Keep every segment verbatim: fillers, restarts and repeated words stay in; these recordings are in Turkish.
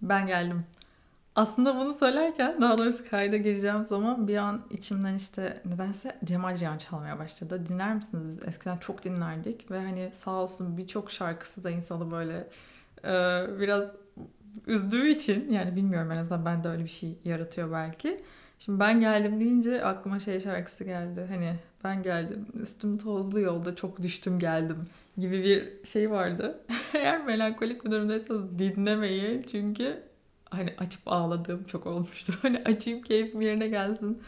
Ben geldim. Aslında bunu söylerken daha doğrusu kayda gireceğim zaman bir an içimden işte nedense Cemal Cihan çalmaya başladı. Dinler misiniz? Biz eskiden çok dinlerdik ve hani sağ olsun birçok şarkısı da insanı böyle e, biraz üzdüğü için yani bilmiyorum en azından ben de öyle bir şey yaratıyor belki. Şimdi ben geldim deyince aklıma şey şarkısı geldi. Hani ben geldim üstüm tozlu yolda çok düştüm geldim gibi bir şey vardı. Eğer melankolik bir durumdaysanız dinlemeyi çünkü hani açıp ağladığım çok olmuştur. Hani açayım keyfim yerine gelsin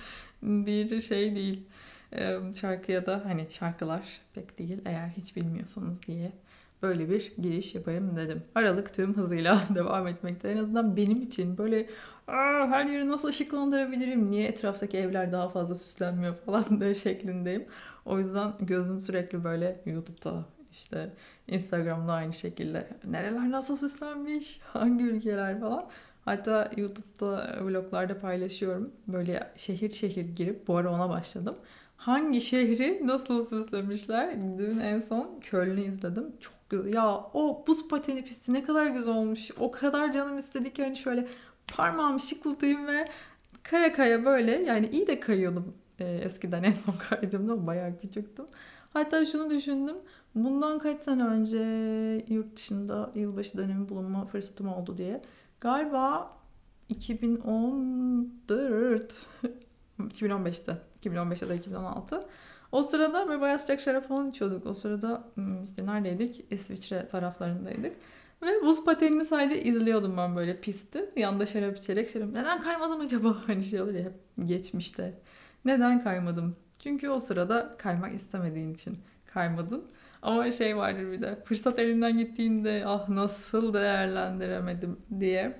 bir şey değil. Ee, şarkıya da hani şarkılar pek değil eğer hiç bilmiyorsanız diye böyle bir giriş yapayım dedim. Aralık tüm hızıyla devam etmekte. En azından benim için böyle "Aa, her yeri nasıl ışıklandırabilirim? Niye etraftaki evler daha fazla süslenmiyor falan da şeklindeyim. O yüzden gözüm sürekli böyle YouTube'da işte Instagram'da aynı şekilde nereler nasıl süslenmiş, hangi ülkeler falan. Hatta YouTube'da vloglarda paylaşıyorum. Böyle şehir şehir girip bu ara ona başladım. Hangi şehri nasıl süslemişler? Dün en son Köln'ü izledim. Çok güzel. Ya o buz pateni pisti ne kadar güzel olmuş. O kadar canım istedi ki hani şöyle parmağımı şıklatayım ve kaya kaya böyle yani iyi de kayıyordum e, eskiden en son kaydığımda bayağı küçüktüm. Hatta şunu düşündüm. Bundan kaç sene önce yurt dışında yılbaşı dönemi bulunma fırsatım oldu diye. Galiba iki bin on dört iki bin on beşte iki bin on beş ya da iki bin on altı. O sırada böyle bayağı sıcak şarap falan içiyorduk. O sırada hmm, işte neredeydik? İsviçre taraflarındaydık. Ve buz patenini sadece izliyordum ben böyle pisti. Yanında şarap içerek şarap. Neden kaymadım acaba? Hani şey olur ya hep geçmişte. Neden kaymadım? Çünkü o sırada kaymak istemediğin için kaymadın. Ama şey vardır bir de fırsat elinden gittiğinde ah nasıl değerlendiremedim diye.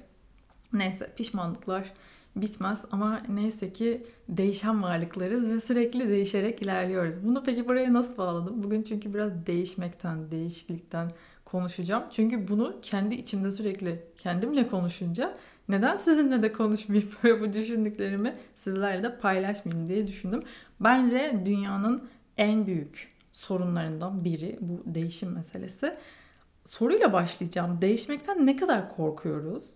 Neyse pişmanlıklar bitmez ama neyse ki değişen varlıklarız ve sürekli değişerek ilerliyoruz. Bunu peki buraya nasıl bağladım? Bugün çünkü biraz değişmekten, değişiklikten konuşacağım. Çünkü bunu kendi içimde sürekli kendimle konuşunca neden sizinle de konuşmayıp böyle bu düşündüklerimi sizlerle de paylaşmayayım diye düşündüm. Bence dünyanın en büyük sorunlarından biri bu değişim meselesi. Soruyla başlayacağım. Değişmekten ne kadar korkuyoruz?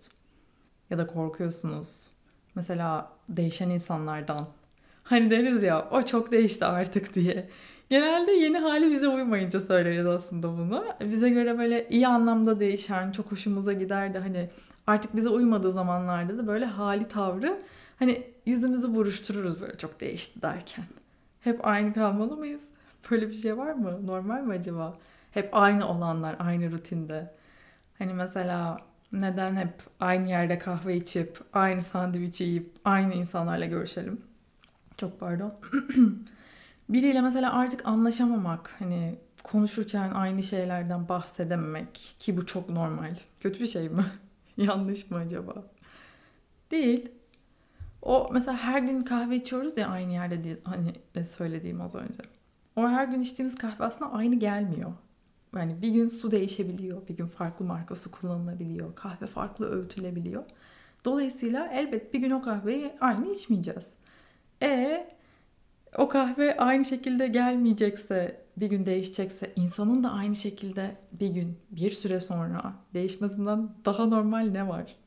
Ya da korkuyorsunuz. Mesela değişen insanlardan. Hani deriz ya o çok değişti artık diye. Genelde yeni hali bize uymayınca söyleriz aslında bunu. Bize göre böyle iyi anlamda değişen, çok hoşumuza gider de hani artık bize uymadığı zamanlarda da böyle hali tavrı hani yüzümüzü buruştururuz böyle çok değişti derken. Hep aynı kalmalı mıyız? Böyle bir şey var mı? Normal mi acaba? Hep aynı olanlar, aynı rutinde. Hani mesela neden hep aynı yerde kahve içip, aynı sandviç yiyip, aynı insanlarla görüşelim? Çok pardon. Biriyle mesela artık anlaşamamak, hani konuşurken aynı şeylerden bahsedememek ki bu çok normal. Kötü bir şey mi? Yanlış mı acaba? Değil. O mesela her gün kahve içiyoruz ya aynı yerde diye hani e, söylediğim az önce. O her gün içtiğimiz kahve aslında aynı gelmiyor. Yani bir gün su değişebiliyor, bir gün farklı marka su kullanılabiliyor, kahve farklı öğütülebiliyor. Dolayısıyla elbet bir gün o kahveyi aynı içmeyeceğiz. E o kahve aynı şekilde gelmeyecekse, bir gün değişecekse, insanın da aynı şekilde bir gün, bir süre sonra değişmesinden daha normal ne var?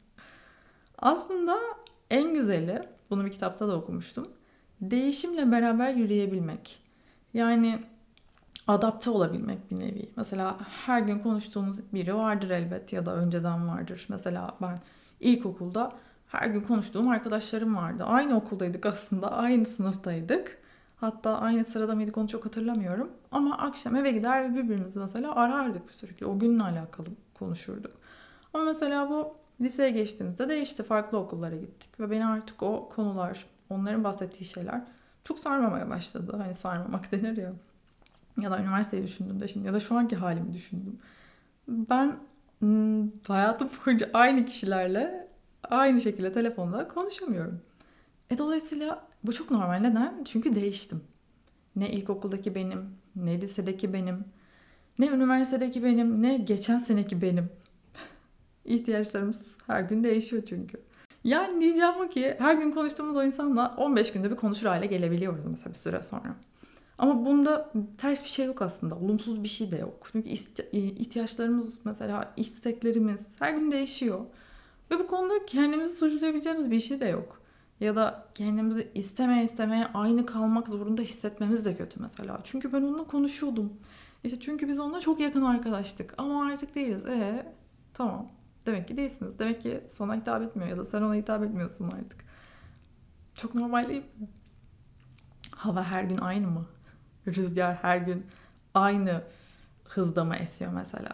Aslında en güzeli, bunu bir kitapta da okumuştum. Değişimle beraber yürüyebilmek. Yani adapte olabilmek bir nevi. Mesela her gün konuştuğumuz biri vardır elbet ya da önceden vardır. Mesela ben ilkokulda her gün konuştuğum arkadaşlarım vardı. Aynı okuldaydık aslında, aynı sınıftaydık. Hatta aynı sırada mıydık onu çok hatırlamıyorum. Ama akşam eve gider ve birbirimizi mesela arardık sürekli. O günle alakalı konuşurduk. Ama mesela bu liseye geçtiğimizde değişti. Farklı okullara gittik ve beni artık o konular, onların bahsettiği şeyler çok sarmamaya başladı. Hani sarmamak denir ya. Ya da üniversiteyi düşündüğümde şimdi ya da şu anki halimi düşündüm. Ben hmm, hayatım boyunca aynı kişilerle aynı şekilde telefonda konuşamıyorum. E dolayısıyla bu çok normal. Neden? Çünkü değiştim. Ne ilkokuldaki benim, ne lisedeki benim, ne üniversitedeki benim, ne geçen seneki benim. İhtiyaçlarımız her gün değişiyor çünkü. Yani diyeceğim o ki her gün konuştuğumuz o insanla on beş günde bir konuşur hale gelebiliyoruz mesela bir süre sonra. Ama bunda ters bir şey yok aslında. Olumsuz bir şey de yok. Çünkü ihtiyaçlarımız mesela isteklerimiz her gün değişiyor. Ve bu konuda kendimizi suçlayabileceğimiz bir şey de yok. Ya da kendimizi istemeye istemeye aynı kalmak zorunda hissetmemiz de kötü mesela. Çünkü ben onunla konuşuyordum. İşte çünkü biz onunla çok yakın arkadaştık. Ama artık değiliz. E tamam. Demek ki değilsiniz. Demek ki sana hitap etmiyor ya da sen ona hitap etmiyorsun artık. Çok normal değil mi? Hava her gün aynı mı? Rüzgar her gün aynı hızda mı esiyor mesela?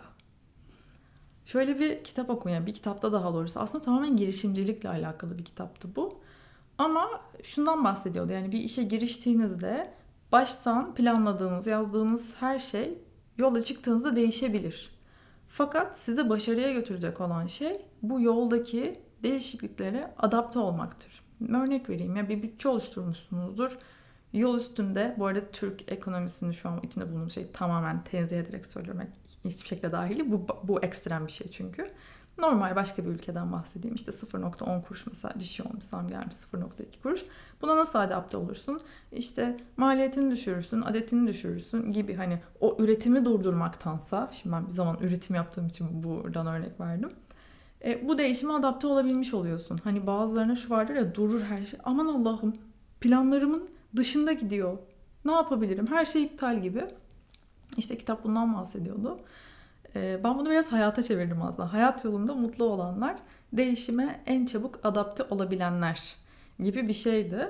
Şöyle bir kitap okuyun. Yani bir kitapta daha doğrusu. Aslında tamamen girişimcilikle alakalı bir kitaptı bu. Ama şundan bahsediyordu. Yani bir işe giriştiğinizde baştan planladığınız, yazdığınız her şey yola çıktığınızda değişebilir. Fakat sizi başarıya götürecek olan şey bu yoldaki değişikliklere adapte olmaktır. Örnek vereyim ya bir bütçe oluşturmuşsunuzdur. Yol üstünde, bu arada Türk ekonomisini şu an içinde bulunduğum şey tamamen tenzih ederek söylüyorum. Yani hiçbir şekilde dahili. Bu, bu ekstrem bir şey çünkü. Normal başka bir ülkeden bahsedeyim. İşte sıfır nokta on kuruş mesela bir şey olmuş. Zam gelmiş sıfır nokta iki kuruş. Buna nasıl adapte olursun? İşte maliyetini düşürürsün, adetini düşürürsün gibi hani o üretimi durdurmaktansa, şimdi ben bir zaman üretim yaptığım için buradan örnek verdim. E, bu değişime adapte olabilmiş oluyorsun. Hani bazılarına şu vardır ya durur her şey. Aman Allah'ım planlarımın dışında gidiyor. Ne yapabilirim? Her şey iptal gibi. İşte kitap bundan bahsediyordu. Ben bunu biraz hayata çevirdim aslında. Hayat yolunda mutlu olanlar, değişime en çabuk adapte olabilenler gibi bir şeydi.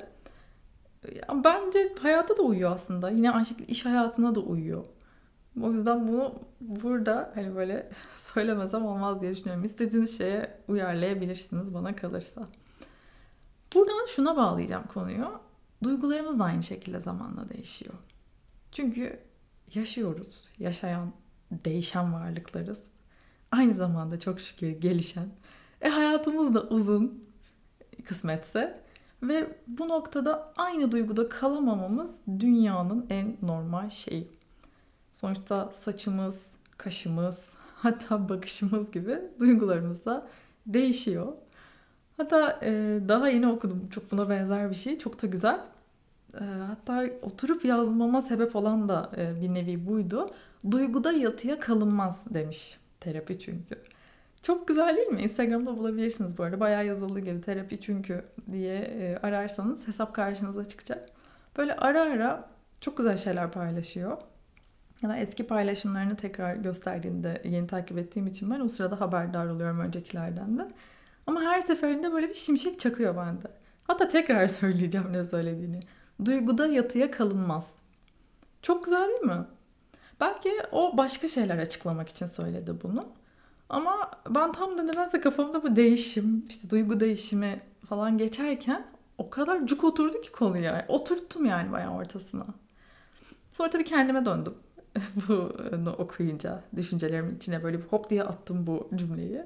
Bence hayata da uyuyor aslında. Yine aynı şekilde iş hayatına da uyuyor. O yüzden bunu burada hani böyle söylemesem olmaz diye düşünüyorum. İstediğiniz şeye uyarlayabilirsiniz bana kalırsa. Buradan şuna bağlayacağım konuyu. Duygularımız da aynı şekilde zamanla değişiyor. Çünkü yaşıyoruz. Yaşayan, değişen varlıklarız. Aynı zamanda çok şükür gelişen. E hayatımız da uzun kısmetse. Ve bu noktada aynı duyguda kalamamamız dünyanın en normal şeyi. Sonuçta saçımız, kaşımız, hatta bakışımız gibi duygularımız da değişiyor. Hatta e, daha yeni okudum çok buna benzer bir şey. Çok da güzel. E, hatta oturup yazmama sebep olan da e, bir nevi buydu. Duyguda yatıya kalınmaz demiş terapi çünkü. Çok güzel değil mi? Instagram'da bulabilirsiniz bu arada. Bayağı yazıldığı gibi terapi çünkü diye e, ararsanız hesap karşınıza çıkacak. Böyle ara ara çok güzel şeyler paylaşıyor. Ya da eski paylaşımlarını tekrar gösterdiğinde yeni takip ettiğim için ben o sırada haberdar oluyorum öncekilerden de. Ama her seferinde böyle bir şimşek çakıyor bende. Hatta tekrar söyleyeceğim ne söylediğini. Duyguda yatıya kalınmaz. Çok güzel değil mi? Belki o başka şeyler açıklamak için söyledi bunu. Ama ben tam da nedense kafamda bu değişim, işte duygu değişimi falan geçerken o kadar cuk oturdu ki konuya. Oturttum yani bayağı ortasına. Sonra tabii kendime döndüm. Bunu okuyunca düşüncelerimin içine böyle bir hop diye attım bu cümleyi.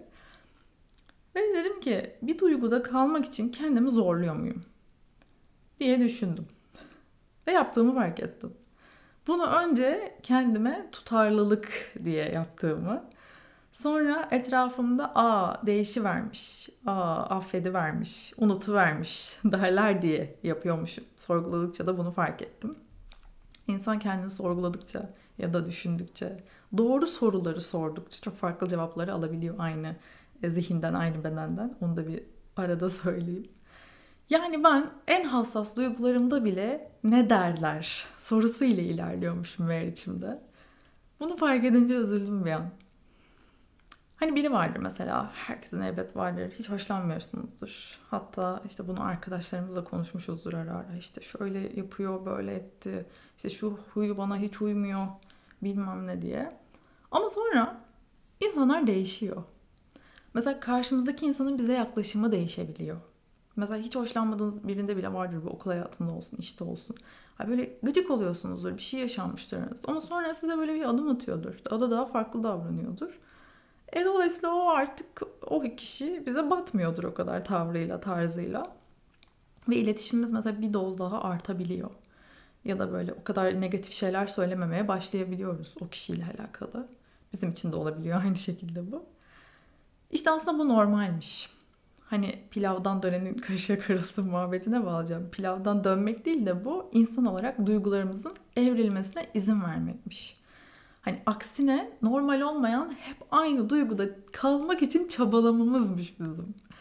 Ve dedim ki bir duyguda kalmak için kendimi zorluyor muyum diye düşündüm. Ve yaptığımı fark ettim. Bunu önce kendime tutarlılık diye yaptığımı, sonra etrafımda aa değişivermiş, aa affedivermiş, unutuvermiş derler diye yapıyormuşum. Sorguladıkça da bunu fark ettim. İnsan kendini sorguladıkça ya da düşündükçe, doğru soruları sordukça çok farklı cevapları alabiliyor aynı zihinden, aynı bedenden. Onu da bir arada söyleyeyim. Yani ben en hassas duygularımda bile ne derler sorusu ile ilerliyormuşum meğer içimde. Bunu fark edince üzüldüm bir an. Hani biri vardır mesela, herkesin elbet vardır, hiç hoşlanmıyorsunuzdur. Hatta işte bunu arkadaşlarımızla konuşmuşuzdur ara ara. İşte şöyle yapıyor, böyle etti, işte şu huyu bana hiç uymuyor, bilmem ne diye. Ama sonra insanlar değişiyor. Mesela karşımızdaki insanın bize yaklaşımı değişebiliyor. Mesela hiç hoşlanmadığınız birinde bile vardır bu okul hayatında olsun, işte olsun. Ha böyle gıcık oluyorsunuzdur, bir şey yaşanmıştır aranızda. Ama sonra size böyle bir adım atıyordur. O da daha farklı davranıyordur. E dolayısıyla o artık o kişi bize batmıyordur o kadar tavrıyla, tarzıyla. Ve iletişimimiz mesela bir doz daha artabiliyor. Ya da böyle o kadar negatif şeyler söylememeye başlayabiliyoruz o kişiyle alakalı. Bizim için de olabiliyor aynı şekilde bu. İşte aslında bu normalmiş. Hani pilavdan dönenin kaşığa kırılsın muhabbetine bağlayacağım. Pilavdan dönmek değil de bu insan olarak duygularımızın evrilmesine izin vermekmiş. Hani aksine normal olmayan hep aynı duyguda kalmak için çabalamamızmış bizim.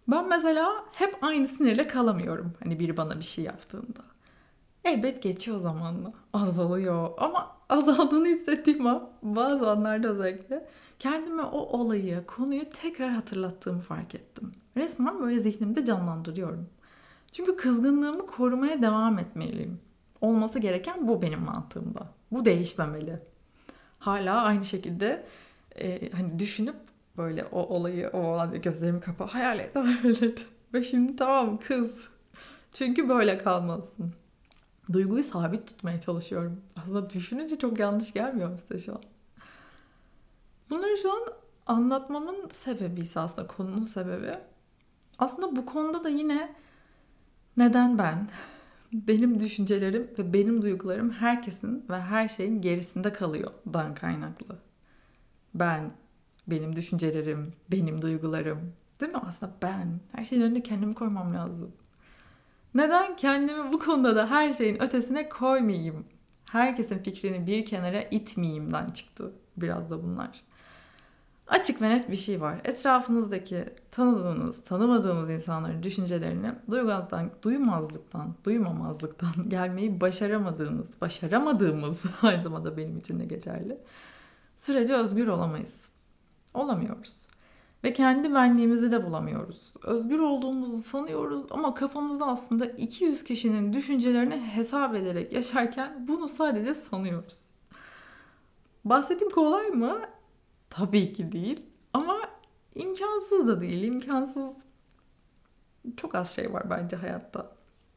Ben mesela hep aynı sinirle kalamıyorum. Hani biri bana bir şey yaptığında. Elbet geçiyor zamanla. Azalıyor. Ama azaldığını hissettiğim an bazı anlarda özellikle kendime o olayı, konuyu tekrar hatırlattığımı fark ettim. Resmen böyle zihnimde canlandırıyorum. Çünkü kızgınlığımı korumaya devam etmeliyim. Olması gereken bu benim mantığımda. Bu değişmemeli. Hala aynı şekilde e, hani düşünüp böyle o olayı, o olan gözlerimi kapa, hayal et, hayal et. Ve şimdi tamam kız. Çünkü böyle kalmalısın. Duyguyu sabit tutmaya çalışıyorum. Aslında düşününce çok yanlış gelmiyor mu size şu an? Bunları şu an anlatmamın sebebi ise aslında konunun sebebi. Aslında bu konuda da yine neden ben, benim düşüncelerim ve benim duygularım herkesin ve her şeyin gerisinde kalıyor dan kaynaklı. Ben, benim düşüncelerim, benim duygularım. Değil mi? Aslında ben. Her şeyin önüne kendimi koymam lazım. Neden kendimi bu konuda da her şeyin ötesine koymayayım? Herkesin fikrini bir kenara itmeyeyimden çıktı biraz da bunlar. Açık ve net bir şey var. Etrafınızdaki tanıdığınız, tanımadığınız insanların düşüncelerini duymazdan, duymazlıktan, duymamazlıktan gelmeyi başaramadığınız, başaramadığımız aynı zamanda benim için de geçerli. Sürece özgür olamayız. Olamıyoruz. Ve kendi benliğimizi de bulamıyoruz. Özgür olduğumuzu sanıyoruz ama kafamızda aslında iki yüz kişinin düşüncelerini hesap ederek yaşarken bunu sadece sanıyoruz. Bahsettiğim kolay mı? Tabii ki değil. Ama imkansız da değil. İmkansız çok az şey var bence hayatta.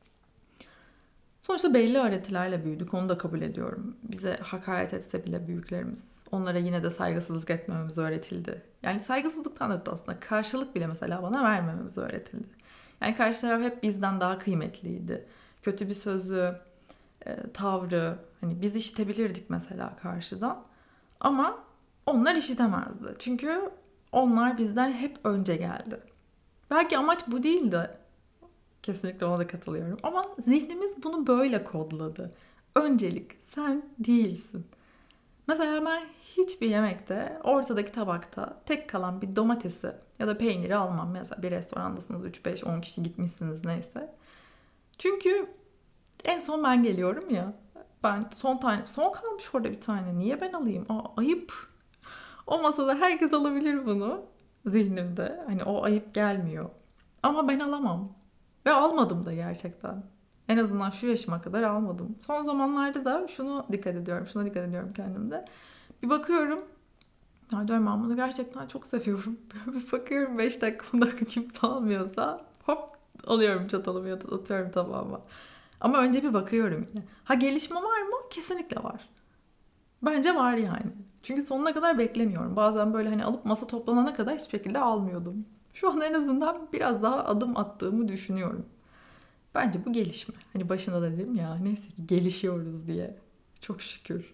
Sonuçta belli öğretilerle büyüdük. Onu da kabul ediyorum. Bize hakaret etse bile büyüklerimiz. Onlara yine de saygısızlık etmememiz öğretildi. Yani saygısızlıktan da aslında karşılık bile mesela bana vermememiz öğretildi. Yani karşı taraf hep bizden daha kıymetliydi. Kötü bir sözü, e, tavrı, hani biz işitebilirdik mesela karşıdan. Ama onlar işitemezdi. Çünkü onlar bizden hep önce geldi. Belki amaç bu değildi. Kesinlikle ona da katılıyorum. Ama zihnimiz bunu böyle kodladı. Öncelik sen değilsin. Mesela ben hiçbir yemekte ortadaki tabakta tek kalan bir domatesi ya da peyniri almam. Mesela bir restorandasınız üç beş on kişi gitmişsiniz neyse. Çünkü en son ben geliyorum ya. Ben son tane son kalmış orada bir tane. Niye ben alayım? Aa, ayıp. O masada herkes alabilir bunu zihnimde. Hani o ayıp gelmiyor. Ama ben alamam. Ve almadım da gerçekten. En azından şu yaşıma kadar almadım. Son zamanlarda da şunu dikkat ediyorum. Şuna dikkat ediyorum kendimde. Bir bakıyorum. Ya diyorum ben bunu gerçekten çok seviyorum. Bir bakıyorum beş dakika on dakika kimse almıyorsa hop alıyorum çatalımı ya da atıyorum tabağıma. Ama önce bir bakıyorum yine. Ha gelişme var mı? Kesinlikle var. Bence var yani. Çünkü sonuna kadar beklemiyorum. Bazen böyle hani alıp masa toplanana kadar hiçbir şekilde almıyordum. Şu an en azından biraz daha adım attığımı düşünüyorum. Bence bu gelişme. Hani başında da dedim ya neyse ki gelişiyoruz diye. Çok şükür.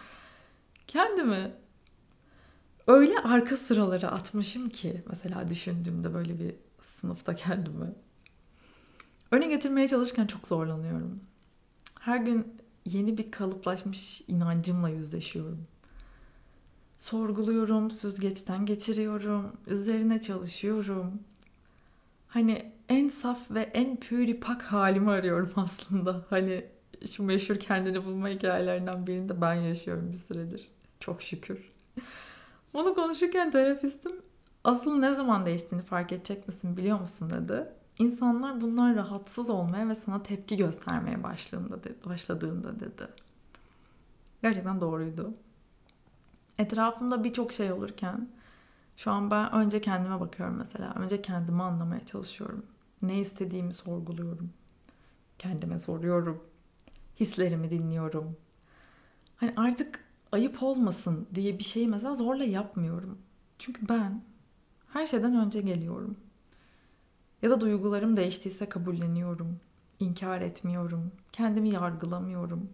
Kendimi öyle arka sıralara atmışım ki mesela düşündüğümde böyle bir sınıfta kendimi öne getirmeye çalışırken çok zorlanıyorum. Her gün yeni bir kalıplaşmış inancımla yüzleşiyorum. Sorguluyorum, süzgeçten geçiriyorum, üzerine çalışıyorum. Hani en saf ve en püripak halimi arıyorum aslında. Hani şu meşhur kendini bulma hikayelerinden birini de ben yaşıyorum bir süredir. Çok şükür. Bunu konuşurken terapistim asıl ne zaman değiştiğini fark edecek misin biliyor musun dedi. İnsanlar bunlar rahatsız olmaya ve sana tepki göstermeye başladığında dedi. Başladığında dedi. Gerçekten doğruydu. Etrafımda birçok şey olurken şu an ben önce kendime bakıyorum mesela. Önce kendimi anlamaya çalışıyorum. Ne istediğimi sorguluyorum. Kendime soruyorum. Hislerimi dinliyorum. Hani artık ayıp olmasın diye bir şeyi mesela zorla yapmıyorum. Çünkü ben her şeyden önce geliyorum. Ya da duygularım değiştiyse kabulleniyorum. İnkar etmiyorum. Kendimi yargılamıyorum.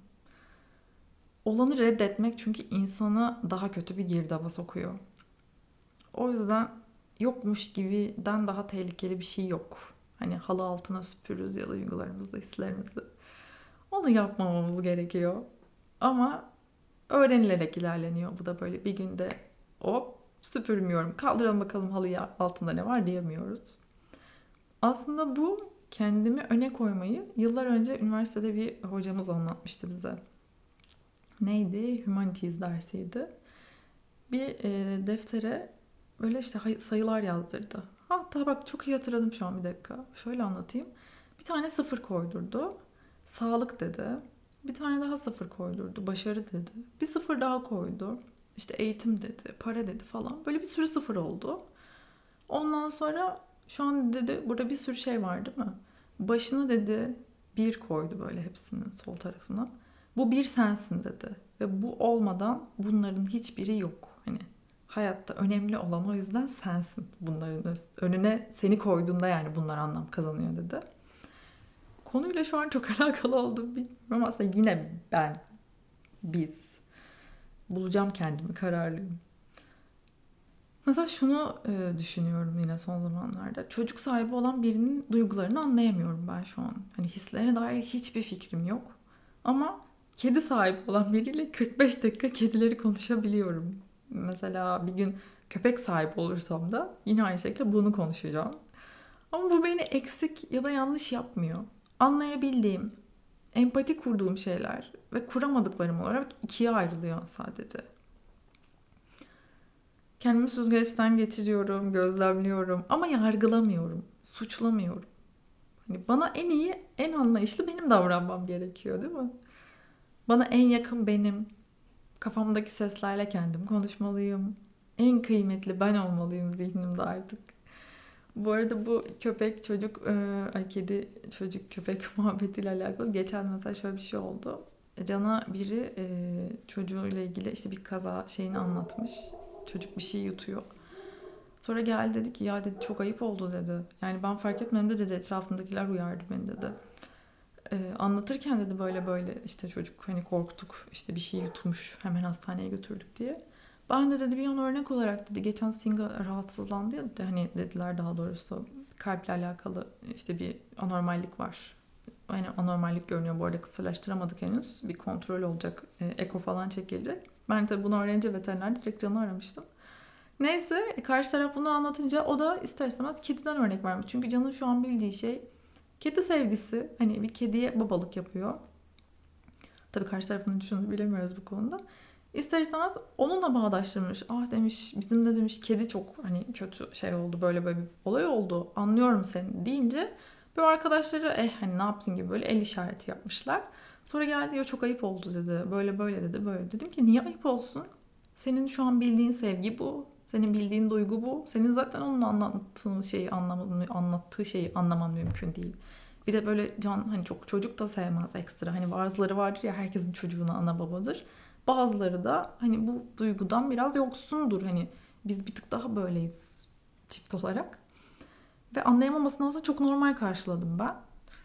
Olanı reddetmek çünkü insana daha kötü bir girdaba sokuyor. O yüzden yokmuş gibiden daha tehlikeli bir şey yok. Hani halı altına süpürürüz ya da duygularımızı, hislerimizi. Onu yapmamamız gerekiyor. Ama öğrenilerek ilerleniyor. Bu da böyle bir günde hop süpürmüyorum. Kaldıralım bakalım halıya altında ne var diyemiyoruz. Aslında bu kendimi öne koymayı yıllar önce üniversitede bir hocamız anlatmıştı bize. Neydi? Humanities dersiydi. Bir e, deftere böyle işte sayılar yazdırdı. Hatta bak çok iyi hatırladım şu an, bir dakika. Şöyle anlatayım. Bir tane sıfır koydurdu. Sağlık dedi. Bir tane daha sıfır koydurdu. Başarı dedi. Bir sıfır daha koydu. İşte eğitim dedi. Para dedi falan. Böyle bir sürü sıfır oldu. Ondan sonra şu an dedi burada bir sürü şey var değil mi? Başına dedi bir koydu böyle hepsinin sol tarafına. Bu bir sensin dedi. Ve bu olmadan bunların hiçbiri yok. Hani hayatta önemli olan o yüzden sensin. Bunların önüne seni koyduğunda yani bunlar anlam kazanıyor dedi. Konuyla şu an çok alakalı olduğunu bilmiyorum. Aslında yine ben, biz. Bulacağım kendimi, kararlıyım. Mesela şunu e, düşünüyorum yine son zamanlarda. Çocuk sahibi olan birinin duygularını anlayamıyorum ben şu an. Hani hislerine dair hiçbir fikrim yok. Ama kedi sahibi olan biriyle kırk beş dakika kedileri konuşabiliyorum. Mesela bir gün köpek sahibi olursam da yine aynı şekilde bunu konuşacağım. Ama bu beni eksik ya da yanlış yapmıyor. Anlayabildiğim, empati kurduğum şeyler ve kuramadıklarım olarak ikiye ayrılıyor sadece. Kendimi süzgeçten geçiriyorum, gözlemliyorum ama yargılamıyorum, suçlamıyorum. Hani bana en iyi, en anlayışlı benim davranmam gerekiyor değil mi? Bana en yakın benim, kafamdaki seslerle kendim konuşmalıyım. En kıymetli ben olmalıyım zihnimde artık. Bu arada bu köpek çocuk, e, ay kedi çocuk köpek muhabbetiyle alakalı geçen mesela şöyle bir şey oldu. Cana biri e, çocuğuyla ilgili işte bir kaza şeyini anlatmış. Çocuk bir şey yutuyor. Sonra geldi dedi ki ya dedi çok ayıp oldu dedi. Yani ben fark etmedim de dedi, etrafımdakiler uyardı beni dedi. Ee, anlatırken dedi böyle böyle işte çocuk hani korktuk işte bir şey yutmuş hemen hastaneye götürdük diye. Ben de dedi bir an örnek olarak dedi geçen Singa rahatsızlandı ya dedi, hani dediler daha doğrusu kalple alakalı işte bir anormallik var. Yani anormallik görünüyor bu arada, kısırlaştıramadık henüz. Bir kontrol olacak, e, eko falan çekilecek. Ben tabii bunu öğrenince veteriner direkt Can'ı aramıştım. Neyse karşı taraf bunu anlatınca o da ister istemez kediden örnek vermiş. Çünkü Can'ın şu an bildiği şey kedi sevgisi. Hani bir kediye babalık yapıyor. Tabii karşı tarafını düşündüğünü bilemiyoruz bu konuda. İster istemez onunla bağdaştırmış. Ah demiş bizim de demiş kedi çok hani kötü şey oldu, böyle böyle bir olay oldu. Anlıyorum seni deyince böyle arkadaşları eh hani ne yaptın gibi böyle el işareti yapmışlar. Sonra geldi ya çok ayıp oldu dedi. Böyle böyle dedi böyle. Dedim ki niye ayıp olsun? Senin şu an bildiğin sevgi bu. Senin bildiğin duygu bu. Senin zaten onun anlattığın şeyi anlaman, anlattığı şeyi anlaman mümkün değil. Bir de böyle Can hani çok çocuk da sevmez ekstra. Hani bazıları vardır ya herkesin çocuğuna ana babadır. Bazıları da hani bu duygudan biraz yoksundur. Hani biz bir tık daha böyleyiz çift olarak. Ve anlayamamasını aslında çok normal karşıladım ben.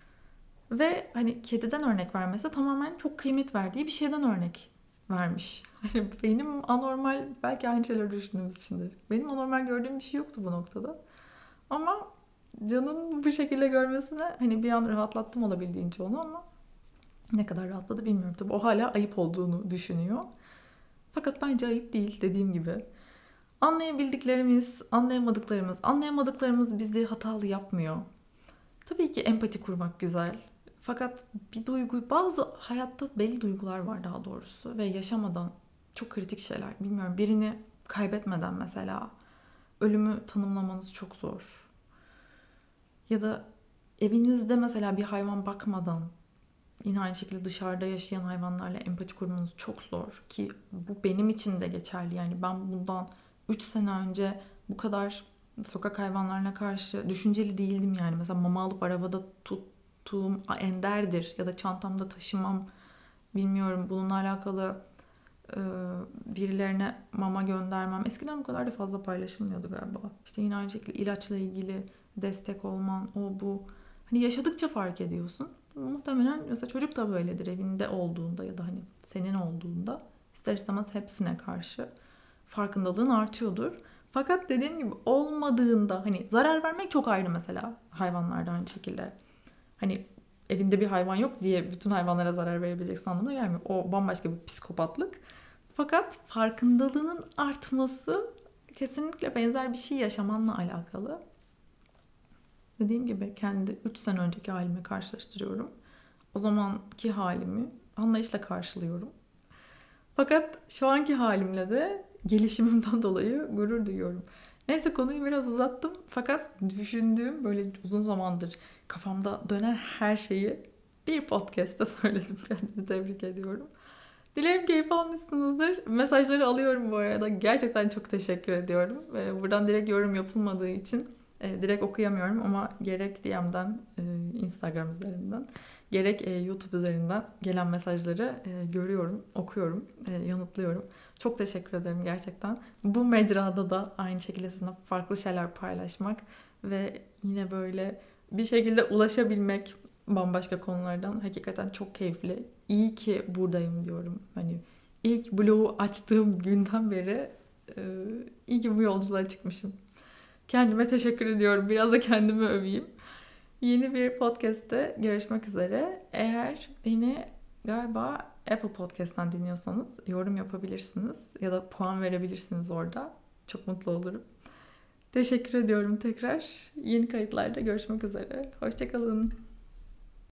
Ve hani kediden örnek vermesi tamamen çok kıymet verdiği bir şeyden örnek vermiş. Hani benim anormal, belki aynı şeyleri düşündüğümüz içindir. Benim anormal gördüğüm bir şey yoktu bu noktada. Ama Can'ın bu şekilde görmesine hani bir an rahatlattım olabildiğince onu, ama ne kadar rahatladı bilmiyorum tabii. O hala ayıp olduğunu düşünüyor. Fakat bence ayıp değil, dediğim gibi. Anlayabildiklerimiz, anlayamadıklarımız, anlayamadıklarımız bizi hatalı yapmıyor. Tabii ki empati kurmak güzel. Fakat bir duygu, bazı hayatta belli duygular var daha doğrusu ve yaşamadan çok kritik şeyler. Bilmiyorum, birini kaybetmeden mesela ölümü tanımlamanız çok zor. Ya da evinizde mesela bir hayvan bakmadan yine aynı şekilde dışarıda yaşayan hayvanlarla empati kurmanız çok zor. Ki bu benim için de geçerli. Yani ben bundan üç sene önce bu kadar sokak hayvanlarına karşı düşünceli değildim yani. Mesela mama alıp arabada tuttuğum enderdir ya da çantamda taşımam, bilmiyorum bununla alakalı e, birilerine mama göndermem. Eskiden bu kadar da fazla paylaşılmıyordu galiba. İşte yine aynı şekilde ilaçla ilgili destek olman, o bu. Hani yaşadıkça fark ediyorsun. Muhtemelen mesela çocuk da böyledir evinde olduğunda ya da hani senin olduğunda. İster istemez hepsine karşı farkındalığın artıyordur. Fakat dediğim gibi olmadığında hani zarar vermek çok ayrı mesela, hayvanlarda aynı şekilde. Hani evinde bir hayvan yok diye bütün hayvanlara zarar verebileceksin anlamına gelmiyor. O bambaşka bir psikopatlık. Fakat farkındalığının artması kesinlikle benzer bir şey yaşamanla alakalı. Dediğim gibi kendi üç sene önceki halimi karşılaştırıyorum. O zamanki halimi anlayışla karşılıyorum. Fakat şu anki halimle de gelişimimden dolayı gurur duyuyorum. Neyse konuyu biraz uzattım. Fakat düşündüğüm böyle uzun zamandır kafamda dönen her şeyi bir podcast'te söyledim. Kendimi tebrik ediyorum. Dilerim keyif almışsınızdır. Mesajları alıyorum bu arada. Gerçekten çok teşekkür ediyorum. Buradan direkt yorum yapılmadığı için direkt okuyamıyorum ama gerek D M'den, Instagram üzerinden, gerek YouTube üzerinden gelen mesajları görüyorum, okuyorum, yanıtlıyorum. Çok teşekkür ederim gerçekten. Bu mecrada da aynı şekilde sizinle farklı şeyler paylaşmak ve yine böyle bir şekilde ulaşabilmek bambaşka konulardan hakikaten çok keyifli. İyi ki buradayım diyorum. Hani ilk blogu açtığım günden beri iyi ki bu yolculuğa çıkmışım. Kendime teşekkür ediyorum. Biraz da kendimi öveyim. Yeni bir podcast'te görüşmek üzere. Eğer beni galiba Apple Podcast'tan dinliyorsanız yorum yapabilirsiniz ya da puan verebilirsiniz orada. Çok mutlu olurum. Teşekkür ediyorum tekrar. Yeni kayıtlarda görüşmek üzere. Hoşça kalın.